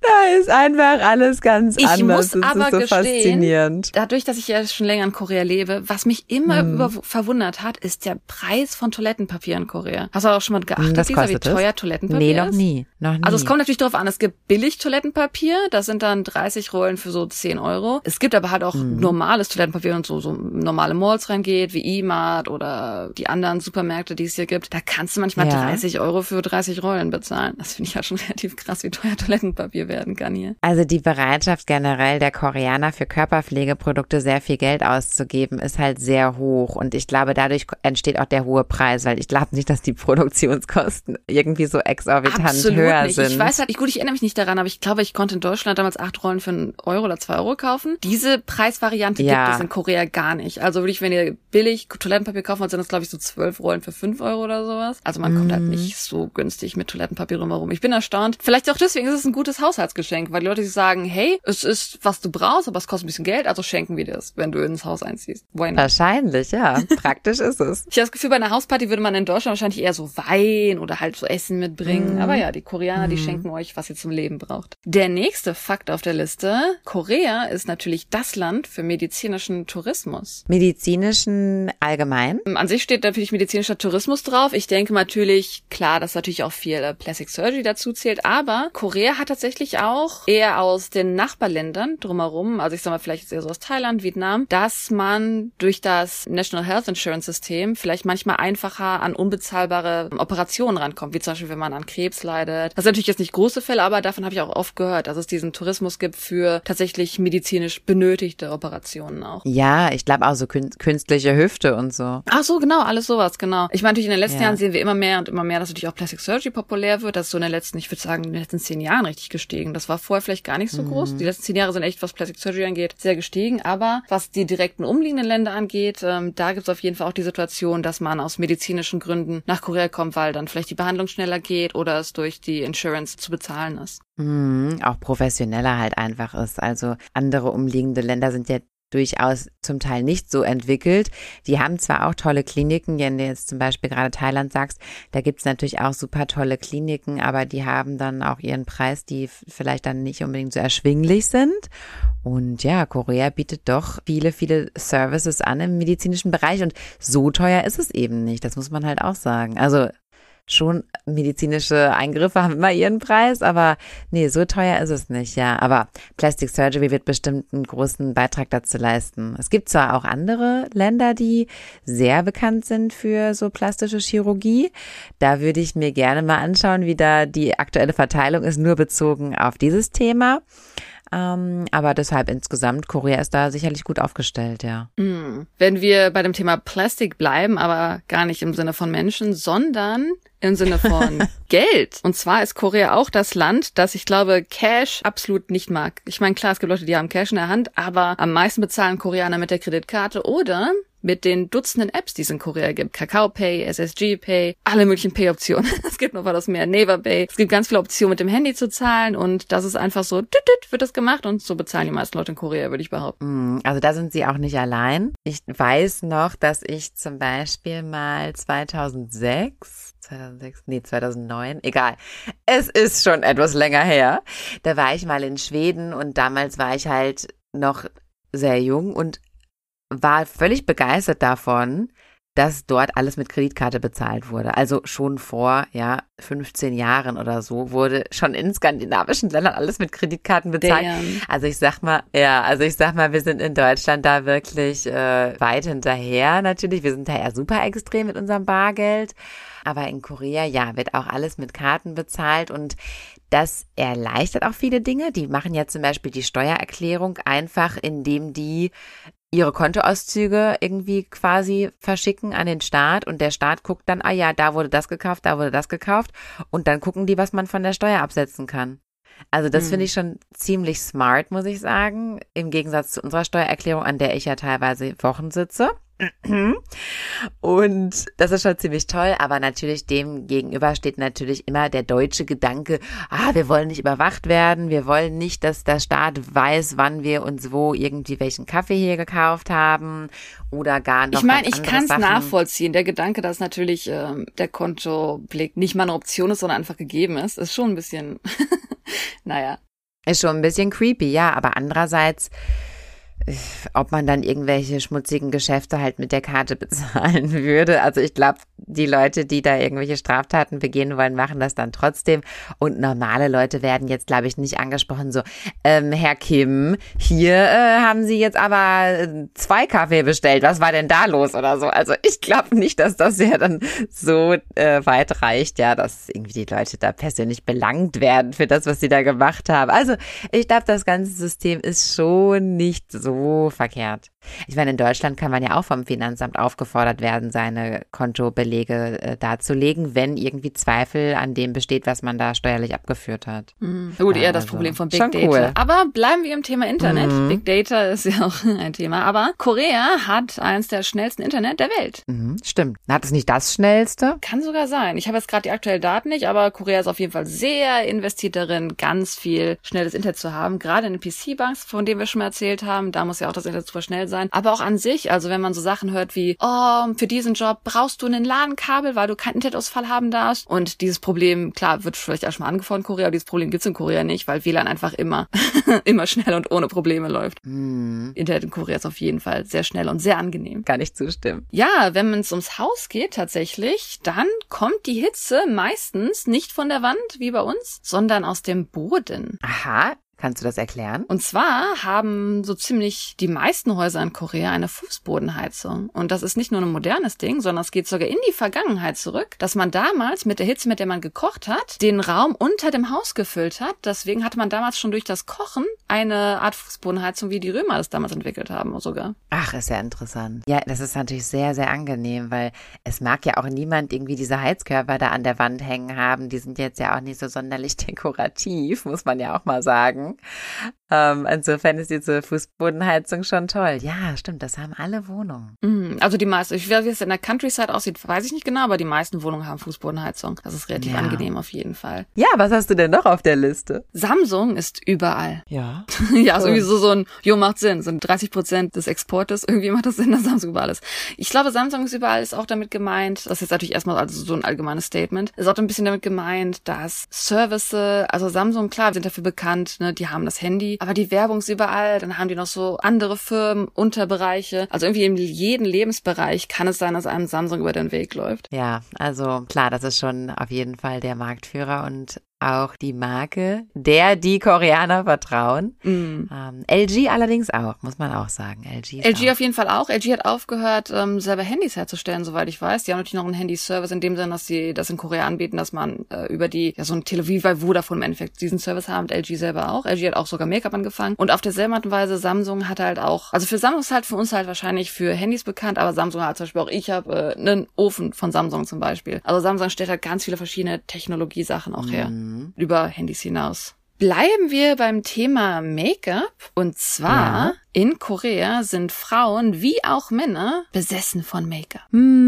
Da ist einfach alles ganz anders. Ich muss das aber ist so gestehen, faszinierend. dadurch, dass ich ja schon länger in Korea lebe, was mich immer verwundert hat, ist der Preis von Toilettenpapier in Korea. Hast du auch schon mal geachtet, Was Lisa, wie kostet es? teuer Toilettenpapier Nee, ist? noch nie. Also es kommt natürlich darauf an, es gibt Billig-Toilettenpapier, das sind dann 30 Rollen für so 10 Euro. Es gibt aber halt auch normales Toilettenpapier, und so normale Malls reingeht, wie E-Mart oder die anderen Supermärkte, die es hier gibt. Da kannst du manchmal 30 Euro für 30 Rollen bezahlen. Das finde ich halt schon relativ krass, wie teuer Toilettenpapier werden kann hier. Also die Bereitschaft generell der Koreaner für Körperpflegeprodukte sehr viel Geld auszugeben, ist halt sehr hoch. Und ich glaube, dadurch entsteht auch der hohe Preis, weil ich glaube nicht, dass die Produktionskosten irgendwie so exorbitant höher nicht. sind. Ich weiß halt, ich erinnere mich nicht daran, aber ich glaube, ich konnte in Deutschland damals 8 Rollen für 1 Euro oder 2 Euro kaufen. Diese Preisvariante gibt es in Korea gar nicht. Also wirklich, wenn ihr billig Toilettenpapier kaufen wollt, sind das, glaube ich, so 12 Rollen für 5 Euro oder sowas. Also man kommt halt nicht so günstig mit Toilettenpapier rumherum. Ich bin erstaunt. Vielleicht auch deswegen ist es ein gutes Haushaltsgeschenk, weil die Leute sich sagen, hey, es ist, was du brauchst, aber es kostet ein bisschen Geld, also schenken wir dir das, wenn du ins Haus einziehst. Wahrscheinlich, ja. Praktisch ist es. Ich habe das Gefühl, bei einer Hausparty würde man in Deutschland wahrscheinlich eher so Wein oder halt so Essen mitbringen. Aber ja, die Koreaner, die schenken euch, was ihr zum Leben braucht. Der nächste Fakt auf der Liste: Korea ist natürlich das Land für medizinischen Tourismus. Medizinischen allgemein? An sich steht natürlich medizinischer Tourismus drauf. Ich denke natürlich, klar, dass natürlich auch viel Plastic Surgery dazu zählt, aber Korea hat tatsächlich auch eher aus den Nachbarländern drumherum, also ich sag mal vielleicht jetzt eher so aus Thailand, Vietnam, dass man durch das National Health Insurance System vielleicht manchmal einfacher an unbezahlbare Operationen rankommt, wie zum Beispiel, wenn man an Krebs leidet. Das sind natürlich jetzt nicht große Fälle, aber davon habe ich auch oft gehört, dass es diesen Tourismus gibt für tatsächlich medizinisch benötigte Operationen auch. Ja, ich glaube auch so künstliche Hüfte und so. Ach so, genau, alles sowas, genau. Ich meine, natürlich in den letzten Jahren sehen wir immer mehr und immer mehr, dass natürlich auch Plastic Surgery populär wird. Das ist so in den letzten, ich würde sagen, in den letzten 10 Jahren richtig gestiegen. Das war vorher vielleicht gar nicht so groß. Die letzten 10 Jahre sind echt, was Plastic Surgery angeht, sehr gestiegen. Aber was die direkten umliegenden Länder angeht, da gibt es auf jeden Fall auch die Situation, dass man aus medizinischen Gründen nach Korea kommt, weil dann vielleicht die Behandlung schneller geht oder es durch die Insurance zu bezahlen ist. Auch professioneller halt einfach ist. Also andere umliegende Länder sind ja durchaus zum Teil nicht so entwickelt. Die haben zwar auch tolle Kliniken, wenn du jetzt zum Beispiel gerade Thailand sagst, da gibt's natürlich auch super tolle Kliniken, aber die haben dann auch ihren Preis, die vielleicht dann nicht unbedingt so erschwinglich sind. Und ja, Korea bietet doch viele, viele Services an im medizinischen Bereich und so teuer ist es eben nicht, das muss man halt auch sagen. Also schon medizinische Eingriffe haben immer ihren Preis, aber nee, so teuer ist es nicht, ja. Aber Plastic Surgery wird bestimmt einen großen Beitrag dazu leisten. Es gibt zwar auch andere Länder, die sehr bekannt sind für so plastische Chirurgie. Da würde ich mir gerne mal anschauen, wie da die aktuelle Verteilung ist, nur bezogen auf dieses Thema. Aber deshalb insgesamt, Korea ist da sicherlich gut aufgestellt, ja. Wenn wir bei dem Thema Plastik bleiben, aber gar nicht im Sinne von Menschen, sondern im Sinne von Geld. Und zwar ist Korea auch das Land, das ich glaube Cash absolut nicht mag. Ich meine, klar, es gibt Leute, die haben Cash in der Hand, aber am meisten bezahlen Koreaner mit der Kreditkarte oder mit den Dutzenden Apps, die es in Korea gibt. Kakao Pay, SSG Pay, alle möglichen Pay-Optionen. Es gibt noch was mehr, Naver Pay. Es gibt ganz viele Optionen, mit dem Handy zu zahlen und das ist einfach so, wird das gemacht und so bezahlen die meisten Leute in Korea, würde ich behaupten. Also da sind sie auch nicht allein. Ich weiß noch, dass ich zum Beispiel mal 2009, egal. Es ist schon etwas länger her. Da war ich mal in Schweden und damals war ich halt noch sehr jung und war völlig begeistert davon, dass dort alles mit Kreditkarte bezahlt wurde. Also schon vor 15 Jahren oder so wurde schon in skandinavischen Ländern alles mit Kreditkarten bezahlt. Damn. Also ich sag mal, wir sind in Deutschland da wirklich weit hinterher natürlich. Wir sind da eher super extrem mit unserem Bargeld. Aber in Korea, wird auch alles mit Karten bezahlt und das erleichtert auch viele Dinge. Die machen ja zum Beispiel die Steuererklärung einfach, indem die ihre Kontoauszüge irgendwie quasi verschicken an den Staat und der Staat guckt dann, da wurde das gekauft und dann gucken die, was man von der Steuer absetzen kann. Also das finde ich schon ziemlich smart, muss ich sagen, im Gegensatz zu unserer Steuererklärung, an der ich ja teilweise Wochen sitze. Und das ist schon ziemlich toll, aber natürlich dem gegenüber steht natürlich immer der deutsche Gedanke, wir wollen nicht überwacht werden, wir wollen nicht, dass der Staat weiß, wann wir uns wo irgendwie welchen Kaffee hier gekauft haben oder gar noch. Ich meine, ich kann es Sachen nachvollziehen. Der Gedanke, dass natürlich der Kontoblick nicht mal eine Option ist, sondern einfach gegeben ist schon ein bisschen, naja. Ist schon ein bisschen creepy, ja, aber andererseits, ob man dann irgendwelche schmutzigen Geschäfte halt mit der Karte bezahlen würde. Also ich glaube, die Leute, die da irgendwelche Straftaten begehen wollen, machen das dann trotzdem. Und normale Leute werden jetzt, glaube ich, nicht angesprochen so, Herr Kim, hier haben Sie jetzt aber 2 Kaffee bestellt. Was war denn da los oder so? Also ich glaube nicht, dass das ja dann so weit reicht, ja, dass irgendwie die Leute da persönlich belangt werden für das, was sie da gemacht haben. Also ich glaube, das ganze System ist schon nicht so verkehrt. Ich meine, in Deutschland kann man ja auch vom Finanzamt aufgefordert werden, seine Kontobelege darzulegen, wenn irgendwie Zweifel an dem besteht, was man da steuerlich abgeführt hat. Gut, eher das Problem von Big Data. Cool. Aber bleiben wir im Thema Internet. Big Data ist ja auch ein Thema. Aber Korea hat eins der schnellsten Internet der Welt. Stimmt. Hat es nicht das schnellste? Kann sogar sein. Ich habe jetzt gerade die aktuellen Daten nicht, aber Korea ist auf jeden Fall sehr investiert darin, ganz viel schnelles Internet zu haben. Gerade in den PC-Banks, von denen wir schon mal erzählt haben, da muss ja auch das Internet super schnell sein. Aber auch an sich, also wenn man so Sachen hört wie, oh, für diesen Job brauchst du ein LAN-Kabel, weil du keinen Internetausfall haben darfst. Und dieses Problem, klar, wird vielleicht auch schon mal angefangen in Korea, aber dieses Problem gibt's in Korea nicht, weil WLAN einfach immer, immer schnell und ohne Probleme läuft. Internet in Korea ist auf jeden Fall sehr schnell und sehr angenehm. Kann ich zustimmen. Ja, wenn es ums Haus geht tatsächlich, dann kommt die Hitze meistens nicht von der Wand, wie bei uns, sondern aus dem Boden. Aha. Kannst du das erklären? Und zwar haben so ziemlich die meisten Häuser in Korea eine Fußbodenheizung. Und das ist nicht nur ein modernes Ding, sondern es geht sogar in die Vergangenheit zurück, dass man damals mit der Hitze, mit der man gekocht hat, den Raum unter dem Haus gefüllt hat. Deswegen hatte man damals schon durch das Kochen eine Art Fußbodenheizung, wie die Römer das damals entwickelt haben sogar. Ach, ist ja interessant. Ja, das ist natürlich sehr, sehr angenehm, weil es mag ja auch niemand irgendwie diese Heizkörper da an der Wand hängen haben. Die sind jetzt ja auch nicht so sonderlich dekorativ, muss man ja auch mal sagen. Insofern ist diese Fußbodenheizung schon toll. Ja, stimmt, das haben alle Wohnungen. Also die meisten, wie es in der Countryside aussieht, weiß ich nicht genau, aber die meisten Wohnungen haben Fußbodenheizung. Das ist relativ angenehm auf jeden Fall. Ja, was hast du denn noch auf der Liste? Samsung ist überall. Ja. Ja, sowieso so ein, macht Sinn, so ein 30% des Exportes, irgendwie macht das Sinn, dass Samsung überall ist. Ich glaube, Samsung ist überall, ist auch damit gemeint, das ist jetzt natürlich erstmal also so ein allgemeines Statement, ist auch ein bisschen damit gemeint, dass Service, also Samsung, klar, sind dafür bekannt, ne, die haben das Handy, aber die Werbung ist überall, dann haben die noch so andere Firmen, Unterbereiche, also irgendwie in jedem Lebensbereich kann es sein, dass einem Samsung über den Weg läuft. Ja, also klar, das ist schon auf jeden Fall der Marktführer und auch die Marke, der die Koreaner vertrauen. LG allerdings auch, muss man auch sagen. LG auf jeden Fall auch. LG hat aufgehört, selber Handys herzustellen, soweit ich weiß. Die haben natürlich noch einen Handyservice in dem Sinne, dass sie das in Korea anbieten, dass man über die, ja so ein wie bei Vodafone im Endeffekt diesen Service haben. LG selber auch. LG hat auch sogar Make-up angefangen. Und auf derselben Art und Weise, Samsung hat halt auch, also für Samsung ist halt für uns halt wahrscheinlich für Handys bekannt, aber Samsung hat zum Beispiel auch, ich habe einen Ofen von Samsung zum Beispiel. Also Samsung stellt halt ganz viele verschiedene Technologiesachen auch her. Über Handys hinaus. Bleiben wir beim Thema Make-up. Und zwar in Korea sind Frauen wie auch Männer besessen von Make-up.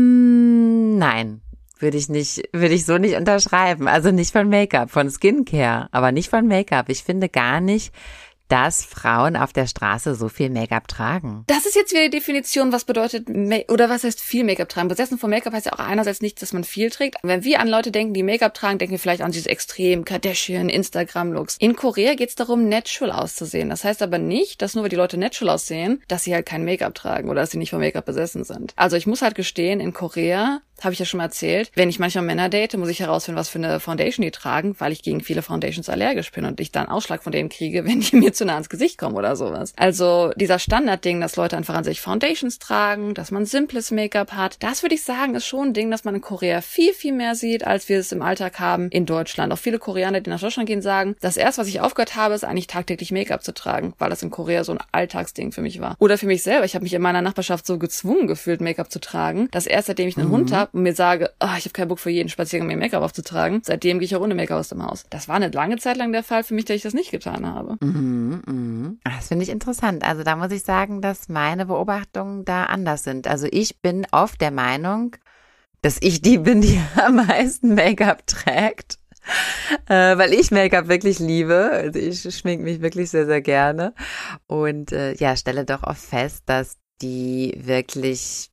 Nein. Würde ich so nicht unterschreiben. Also nicht von Make-up, von Skincare, aber nicht von Make-up. Ich finde gar nicht, dass Frauen auf der Straße so viel Make-up tragen. Das ist jetzt wieder die Definition, was bedeutet, oder was heißt viel Make-up tragen. Besessen von Make-up heißt ja auch einerseits nicht, dass man viel trägt. Wenn wir an Leute denken, die Make-up tragen, denken wir vielleicht an diese extrem Kardashian, Instagram-Looks. In Korea geht es darum, natural auszusehen. Das heißt aber nicht, dass nur weil die Leute natural aussehen, dass sie halt kein Make-up tragen oder dass sie nicht von Make-up besessen sind. Also ich muss halt gestehen, in Korea, habe ich ja schon mal erzählt, wenn ich manchmal Männer date, muss ich herausfinden, was für eine Foundation die tragen, weil ich gegen viele Foundations allergisch bin und ich dann Ausschlag von denen kriege, wenn die mir zu nah ans Gesicht kommen oder sowas. Also dieser Standardding, dass Leute einfach an sich Foundations tragen, dass man simples Make-up hat, das würde ich sagen, ist schon ein Ding, das man in Korea viel, viel mehr sieht, als wir es im Alltag haben in Deutschland. Auch viele Koreaner, die nach Deutschland gehen, sagen, das erste, was ich aufgehört habe, ist eigentlich tagtäglich Make-up zu tragen, weil das in Korea so ein Alltagsding für mich war. Oder für mich selber, ich habe mich in meiner Nachbarschaft so gezwungen gefühlt, Make-up zu tragen, dass erst seitdem ich einen Hund habe und mir sage, ich habe keinen Bock für jeden Spaziergang mir Make-up aufzutragen, seitdem gehe ich auch ohne Make-up aus dem Haus. Das war eine lange Zeit lang der Fall für mich, dass ich das nicht getan habe. Das finde ich interessant. Also da muss ich sagen, dass meine Beobachtungen da anders sind. Also ich bin oft der Meinung, dass ich die bin, die am meisten Make-up trägt. Weil ich Make-up wirklich liebe. Also ich schminke mich wirklich sehr, sehr gerne. Und stelle doch oft fest, dass die wirklich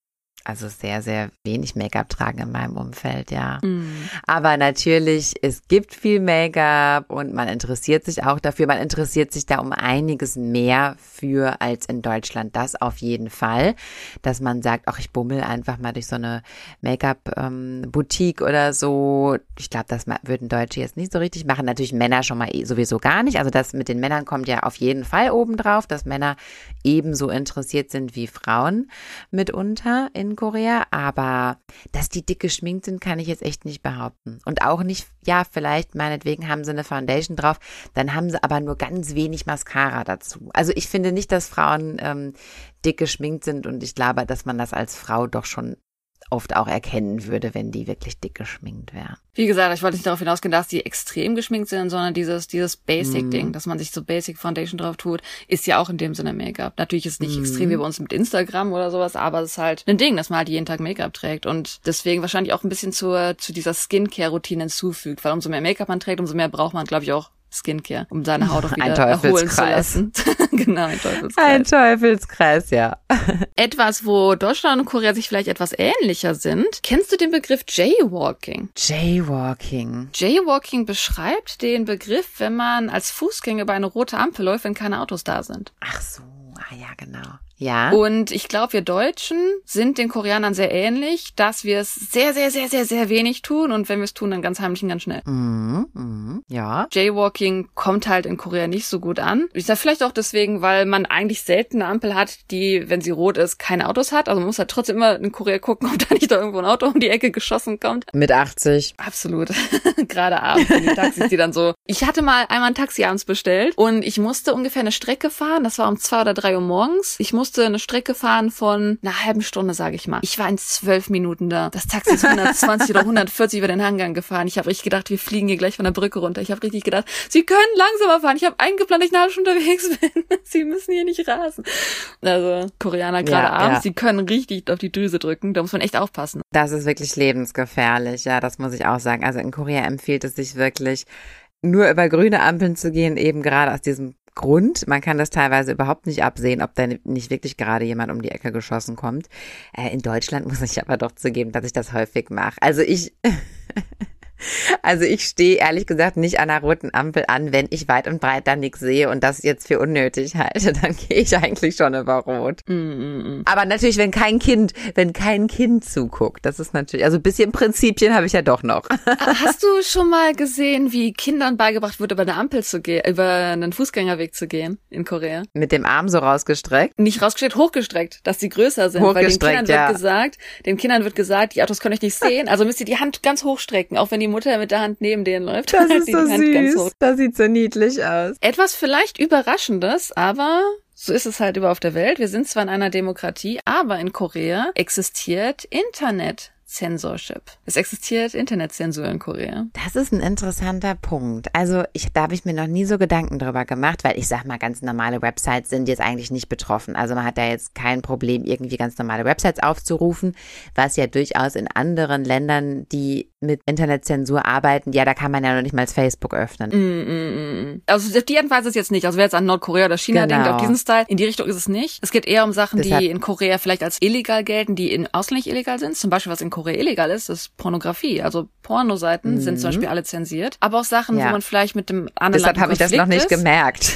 also sehr, sehr wenig Make-up tragen in meinem Umfeld, ja. Aber natürlich, es gibt viel Make-up und man interessiert sich auch dafür. Man interessiert sich da um einiges mehr für als in Deutschland. Das auf jeden Fall, dass man sagt, ach, ich bummel einfach mal durch so eine Make-up-Boutique oder so. Ich glaube, das würden Deutsche jetzt nicht so richtig machen. Natürlich Männer schon mal sowieso gar nicht. Also das mit den Männern kommt ja auf jeden Fall obendrauf, dass Männer ebenso interessiert sind wie Frauen mitunter in Korea. Aber dass die dick geschminkt sind, kann ich jetzt echt nicht behaupten. Und auch nicht, ja, vielleicht meinetwegen haben sie eine Foundation drauf, dann haben sie aber nur ganz wenig Mascara dazu. Also ich finde nicht, dass Frauen dick geschminkt sind und ich glaube, dass man das als Frau doch schon oft auch erkennen würde, wenn die wirklich dick geschminkt wären. Wie gesagt, ich wollte nicht darauf hinausgehen, dass die extrem geschminkt sind, sondern dieses Basic-Ding, dass man sich so Basic Foundation drauf tut, ist ja auch in dem Sinne Make-up. Natürlich ist es nicht extrem wie bei uns mit Instagram oder sowas, aber es ist halt ein Ding, dass man halt jeden Tag Make-up trägt und deswegen wahrscheinlich auch ein bisschen zu dieser Skincare-Routine hinzufügt, weil umso mehr Make-up man trägt, umso mehr braucht man, glaube ich, auch Skincare, um seine Haut auch wieder erholen zu lassen. Genau, ein Teufelskreis. Ein Teufelskreis, ja. Etwas, wo Deutschland und Korea sich vielleicht etwas ähnlicher sind. Kennst du den Begriff Jaywalking? Jaywalking beschreibt den Begriff, wenn man als Fußgänger über eine rote Ampel läuft, wenn keine Autos da sind. Ach so, ja, genau. Ja. Und ich glaube, wir Deutschen sind den Koreanern sehr ähnlich, dass wir es sehr, sehr, sehr, sehr, sehr wenig tun und wenn wir es tun, dann ganz heimlich und ganz schnell. Ja. Jaywalking kommt halt in Korea nicht so gut an. Ich sage vielleicht auch deswegen, weil man eigentlich selten eine Ampel hat, die, wenn sie rot ist, keine Autos hat. Also man muss halt trotzdem immer in Korea gucken, ob da nicht da irgendwo ein Auto um die Ecke geschossen kommt. Mit 80. Absolut. Gerade abends in die Taxis, die dann so... Ich hatte mal einmal ein Taxi abends bestellt und ich musste ungefähr eine Strecke fahren. Das war um 2 oder 3 Uhr morgens. Ich musste eine Strecke fahren von einer halben Stunde, sage ich mal. Ich war in 12 Minuten da. Das Taxi ist 120 oder 140 über den Hangang gefahren. Ich habe richtig gedacht, wir fliegen hier gleich von der Brücke runter. Ich habe richtig gedacht, Sie können langsamer fahren. Ich habe eingeplant, dass ich eine halbe Stunde unterwegs bin. Sie müssen hier nicht rasen. Also Koreaner gerade abends, die können richtig auf die Düse drücken. Da muss man echt aufpassen. Das ist wirklich lebensgefährlich. Ja, das muss ich auch sagen. Also in Korea empfiehlt es sich wirklich, nur über grüne Ampeln zu gehen, eben gerade aus diesem Grund. Man kann das teilweise überhaupt nicht absehen, ob da nicht wirklich gerade jemand um die Ecke geschossen kommt. In Deutschland muss ich aber doch zugeben, dass ich das häufig mache. Also ich stehe ehrlich gesagt nicht an einer roten Ampel an, wenn ich weit und breit da nichts sehe und das jetzt für unnötig halte, dann gehe ich eigentlich schon über Rot. Aber natürlich, wenn kein Kind zuguckt, das ist natürlich, also ein bisschen Prinzipien habe ich ja doch noch. Hast du schon mal gesehen, wie Kindern beigebracht wird, über eine Ampel zu gehen, über einen Fußgängerweg zu gehen in Korea? Mit dem Arm so rausgestreckt? Nicht rausgestreckt, hochgestreckt, dass sie größer sind. Weil den Kindern wird gesagt, die Autos können euch nicht sehen, also müsst ihr die Hand ganz hochstrecken, auch wenn die Mutter mit der Hand neben denen läuft. Das ist so süß. Das sieht so niedlich aus. Etwas vielleicht Überraschendes, aber so ist es halt überall auf der Welt. Wir sind zwar in einer Demokratie, aber in Korea existiert Internet-Censorship. Es existiert Internetzensur in Korea. Das ist ein interessanter Punkt. Also da habe ich mir noch nie so Gedanken drüber gemacht, weil ich sag mal, ganz normale Websites sind jetzt eigentlich nicht betroffen. Also man hat da jetzt kein Problem, irgendwie ganz normale Websites aufzurufen, was ja durchaus in anderen Ländern, die mit Internetzensur arbeiten, ja, da kann man ja noch nicht mal Facebook öffnen. Also die Art und Weise ist jetzt nicht. Also wer jetzt an Nordkorea oder China denkt, auf diesen Style, in die Richtung ist es nicht. Es geht eher um Sachen, die in Korea vielleicht als illegal gelten, die in Ausland nicht illegal sind. Zum Beispiel, was in Korea illegal ist Pornografie. Also Pornoseiten sind zum Beispiel alle zensiert. Aber auch Sachen, wo man vielleicht mit dem anderen Land habe ich das noch nicht gemerkt.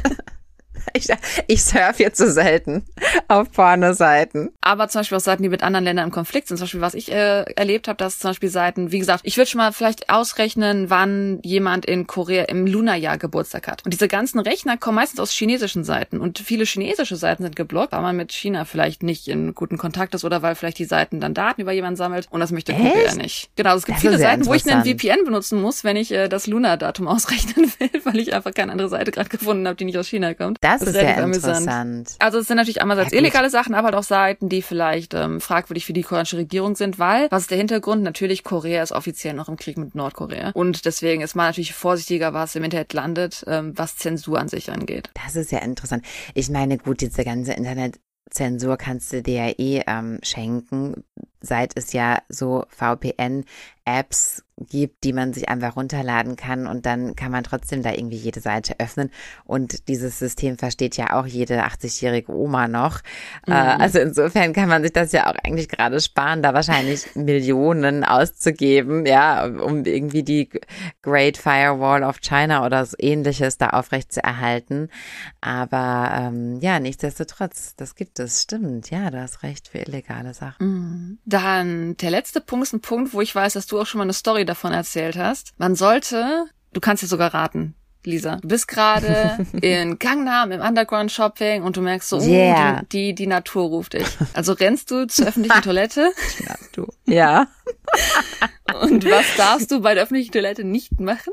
Ich surfe jetzt so selten auf Pornoseiten. Aber zum Beispiel auch Seiten, die mit anderen Ländern im Konflikt sind. Zum Beispiel, was ich erlebt habe, dass zum Beispiel Seiten, wie gesagt, ich würde schon mal vielleicht ausrechnen, wann jemand in Korea im Lunarjahr Geburtstag hat. Und diese ganzen Rechner kommen meistens aus chinesischen Seiten. Und viele chinesische Seiten sind geblockt, weil man mit China vielleicht nicht in guten Kontakt ist oder weil vielleicht die Seiten dann Daten über jemanden sammelt. Und das möchte Korea nicht. Genau, es gibt viele Seiten, wo ich einen VPN benutzen muss, wenn ich das Lunardatum ausrechnen will, weil ich einfach keine andere Seite gerade gefunden habe, die nicht aus China kommt. Das ist sehr interessant. Also es sind natürlich einerseits illegale Sachen, aber halt auch Seiten, die vielleicht fragwürdig für die koreanische Regierung sind, weil, was ist der Hintergrund? Natürlich, Korea ist offiziell noch im Krieg mit Nordkorea. Und deswegen ist man natürlich vorsichtiger, was im Internet landet, was Zensur an sich angeht. Das ist ja interessant. Ich meine, gut, diese ganze Internetzensur kannst du dir ja schenken. seit es ja so VPN-Apps gibt, die man sich einfach runterladen kann und dann kann man trotzdem da irgendwie jede Seite öffnen und dieses System versteht ja auch jede 80-jährige Oma noch. Also insofern kann man sich das ja auch eigentlich gerade sparen, da wahrscheinlich Millionen auszugeben, ja, um irgendwie die Great Firewall of China oder so Ähnliches da aufrecht zu erhalten. Aber ja, nichtsdestotrotz, das gibt es, stimmt, ja, du hast recht, für illegale Sachen. Dann der letzte Punkt ist ein Punkt, wo ich weiß, dass du auch schon mal eine Story davon erzählt hast. Man sollte, du kannst dir sogar raten, Lisa, du bist gerade in Gangnam im Underground-Shopping und du merkst so, Yeah. die Natur ruft dich. Also rennst du zur öffentlichen Toilette. Ja, du. Ja. Und was darfst du bei der öffentlichen Toilette nicht machen?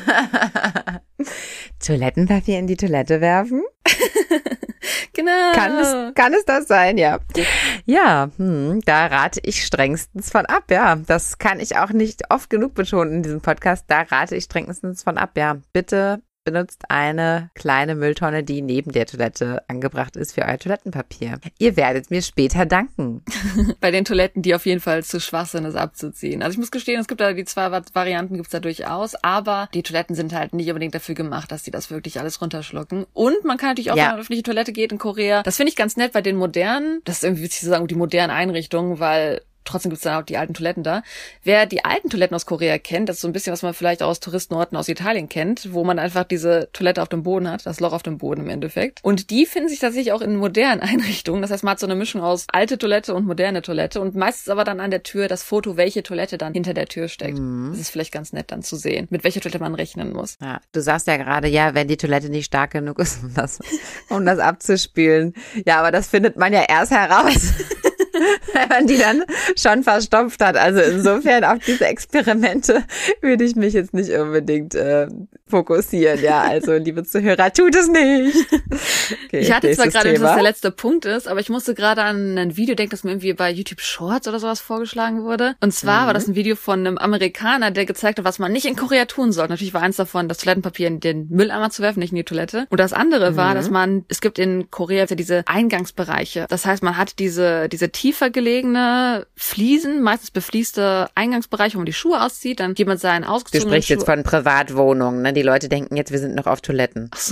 Toilettenpapier in die Toilette werfen? Genau. Kann es das sein, ja. Ja, da rate ich strengstens von ab, ja. Das kann ich auch nicht oft genug betonen in diesem Podcast. Da rate ich strengstens von ab, ja. Bitte benutzt eine kleine Mülltonne, die neben der Toilette angebracht ist für euer Toilettenpapier. Ihr werdet mir später danken. Bei den Toiletten, die auf jeden Fall zu schwach sind, es abzuziehen. Also ich muss gestehen, es gibt da die zwei Varianten, gibt's da durchaus, aber die Toiletten sind halt nicht unbedingt dafür gemacht, dass die das wirklich alles runterschlucken. Und man kann natürlich auch, wenn man auf eine öffentliche Toilette geht in Korea, das finde ich ganz nett bei den modernen, das ist irgendwie witzig zu sagen, die modernen Einrichtungen, weil trotzdem gibt's dann auch die alten Toiletten da. Wer die alten Toiletten aus Korea kennt, das ist so ein bisschen, was man vielleicht auch aus Touristenorten aus Italien kennt, wo man einfach diese Toilette auf dem Boden hat, das Loch auf dem Boden im Endeffekt. Und die finden sich tatsächlich auch in modernen Einrichtungen. Das heißt, man hat so eine Mischung aus alte Toilette und moderne Toilette und meistens aber dann an der Tür das Foto, welche Toilette dann hinter der Tür steckt. Das ist vielleicht ganz nett dann zu sehen, mit welcher Toilette man rechnen muss. Ja, du sagst ja gerade, ja, wenn die Toilette nicht stark genug ist, um das abzuspülen. Ja, aber das findet man ja erst heraus. Wenn man die dann schon verstopft hat. Also insofern auf diese Experimente würde ich mich jetzt nicht unbedingt fokussieren. Ja, also liebe Zuhörer, tut es nicht. Okay, ich hatte zwar gerade, dass das Thema. der letzte Punkt ist, aber ich musste gerade an ein Video denken, das mir irgendwie bei YouTube Shorts oder sowas vorgeschlagen wurde. Und zwar war das ein Video von einem Amerikaner, der gezeigt hat, was man nicht in Korea tun soll. Natürlich war eins davon, das Toilettenpapier in den Mülleimer zu werfen, nicht in die Toilette. Und das andere war, dass es gibt in Korea diese Eingangsbereiche. Das heißt, man hat diese tiefer gelegene Fliesen, meistens befließte Eingangsbereiche, wo man die Schuhe auszieht, dann geht man seinen Du ausgezogenen sprichst jetzt von Privatwohnungen, ne? Die Leute denken jetzt, wir sind noch auf Toiletten. Ach so.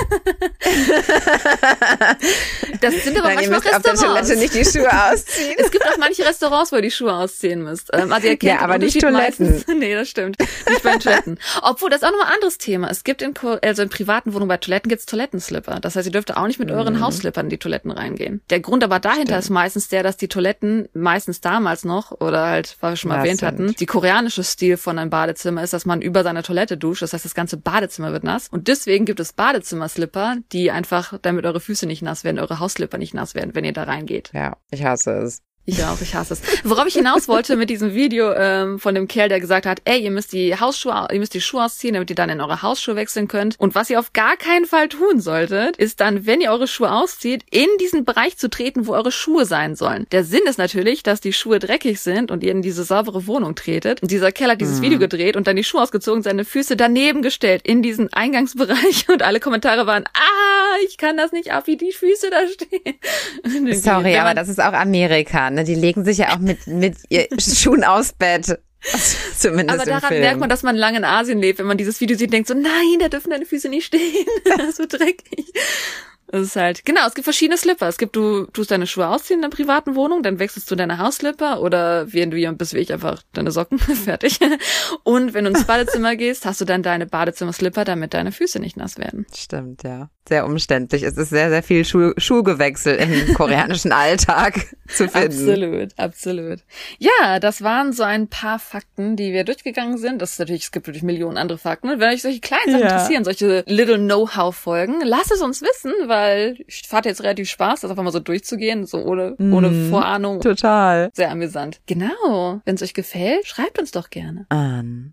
Das sind aber Nein, ihr manchmal müsst auf der Restaurants. Toilette nicht die Schuhe ausziehen. Es gibt auch manche Restaurants, wo ihr die Schuhe ausziehen müsst. Also ihr kennt Ja, den aber nicht Unterschied Toiletten. meistens. Nee, das stimmt. Nicht bei den Toiletten. Obwohl, das ist auch nochmal ein anderes Thema. Es gibt in privaten Wohnungen bei Toiletten gibt's Toilettenslipper. Das heißt, ihr dürft auch nicht mit euren Hausslippern in die Toiletten reingehen. Der Grund aber dahinter ist meistens der, dass die Toiletten meistens damals noch, oder halt, was wir schon mal erwähnt hatten, die koreanische Stil von einem Badezimmer ist, dass man über seine Toilette duscht. Das heißt, das ganze Badezimmer wird nass. Und deswegen gibt es Badezimmerslipper, die einfach, damit eure Füße nicht nass werden, eure Hausslipper nicht nass werden, wenn ihr da reingeht. Ja, ich hasse es. Ich auch, ich hasse es. Worauf ich hinaus wollte mit diesem Video von dem Kerl, der gesagt hat, ey, ihr müsst die Schuhe ausziehen, damit ihr dann in eure Hausschuhe wechseln könnt. Und was ihr auf gar keinen Fall tun solltet, ist dann, wenn ihr eure Schuhe auszieht, in diesen Bereich zu treten, wo eure Schuhe sein sollen. Der Sinn ist natürlich, dass die Schuhe dreckig sind und ihr in diese saubere Wohnung tretet. Und dieser Kerl hat dieses Video gedreht und dann die Schuhe ausgezogen, seine Füße daneben gestellt in diesen Eingangsbereich und alle Kommentare waren, ich kann das nicht ab, wie die Füße da stehen. Sorry, aber das ist auch Amerika, ne? Die legen sich ja auch mit ihren Schuhen aufs Bett. Zumindest aber daran im Film. merkt man, dass man lange in Asien lebt, wenn man dieses Video sieht und denkt so, nein, da dürfen deine Füße nicht stehen. Das ist so dreckig. Das ist halt, genau, es gibt verschiedene Slipper. Du tust deine Schuhe ausziehen in der privaten Wohnung, dann wechselst du deine Hausslipper oder wenn du jemand bist wie ich, einfach deine Socken, fertig. Und wenn du ins Badezimmer gehst, hast du dann deine Badezimmerslipper, damit deine Füße nicht nass werden. Stimmt, ja. Sehr umständlich. Es ist sehr, sehr viel Schuhgewechsel im koreanischen Alltag zu finden. Absolut, absolut. Ja, das waren so ein paar Fakten, die wir durchgegangen sind. Es gibt natürlich Millionen andere Fakten. Und wenn euch solche kleinen Sachen interessieren, solche Little Know-how-Folgen, lasst es uns wissen, weil ich hatte jetzt relativ Spaß, das einfach mal so durchzugehen, so ohne Vorahnung. Total. Sehr amüsant. Genau. Wenn es euch gefällt, schreibt uns doch gerne. An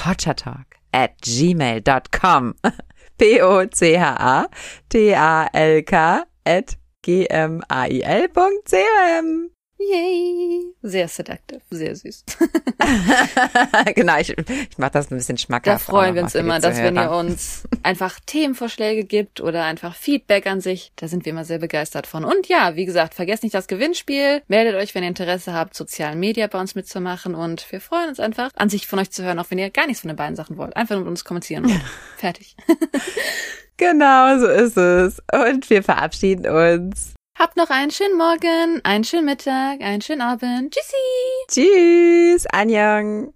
potchatalk@gmail.com POCHATALK@gmail.com Yay! Sehr seductive, sehr süß. Genau, ich mache das ein bisschen schmackhaft. Da freuen wir uns immer, dass wenn ihr uns einfach Themenvorschläge gibt oder einfach Feedback an sich, da sind wir immer sehr begeistert von. Und ja, wie gesagt, vergesst nicht das Gewinnspiel. Meldet euch, wenn ihr Interesse habt, sozialen Media bei uns mitzumachen. Und wir freuen uns einfach, an sich von euch zu hören, auch wenn ihr gar nichts von den beiden Sachen wollt. Einfach nur mit uns kommentieren wollt. Fertig. Genau, so ist es. Und wir verabschieden uns. Habt noch einen schönen Morgen, einen schönen Mittag, einen schönen Abend. Tschüssi! Tschüss, Annyeong.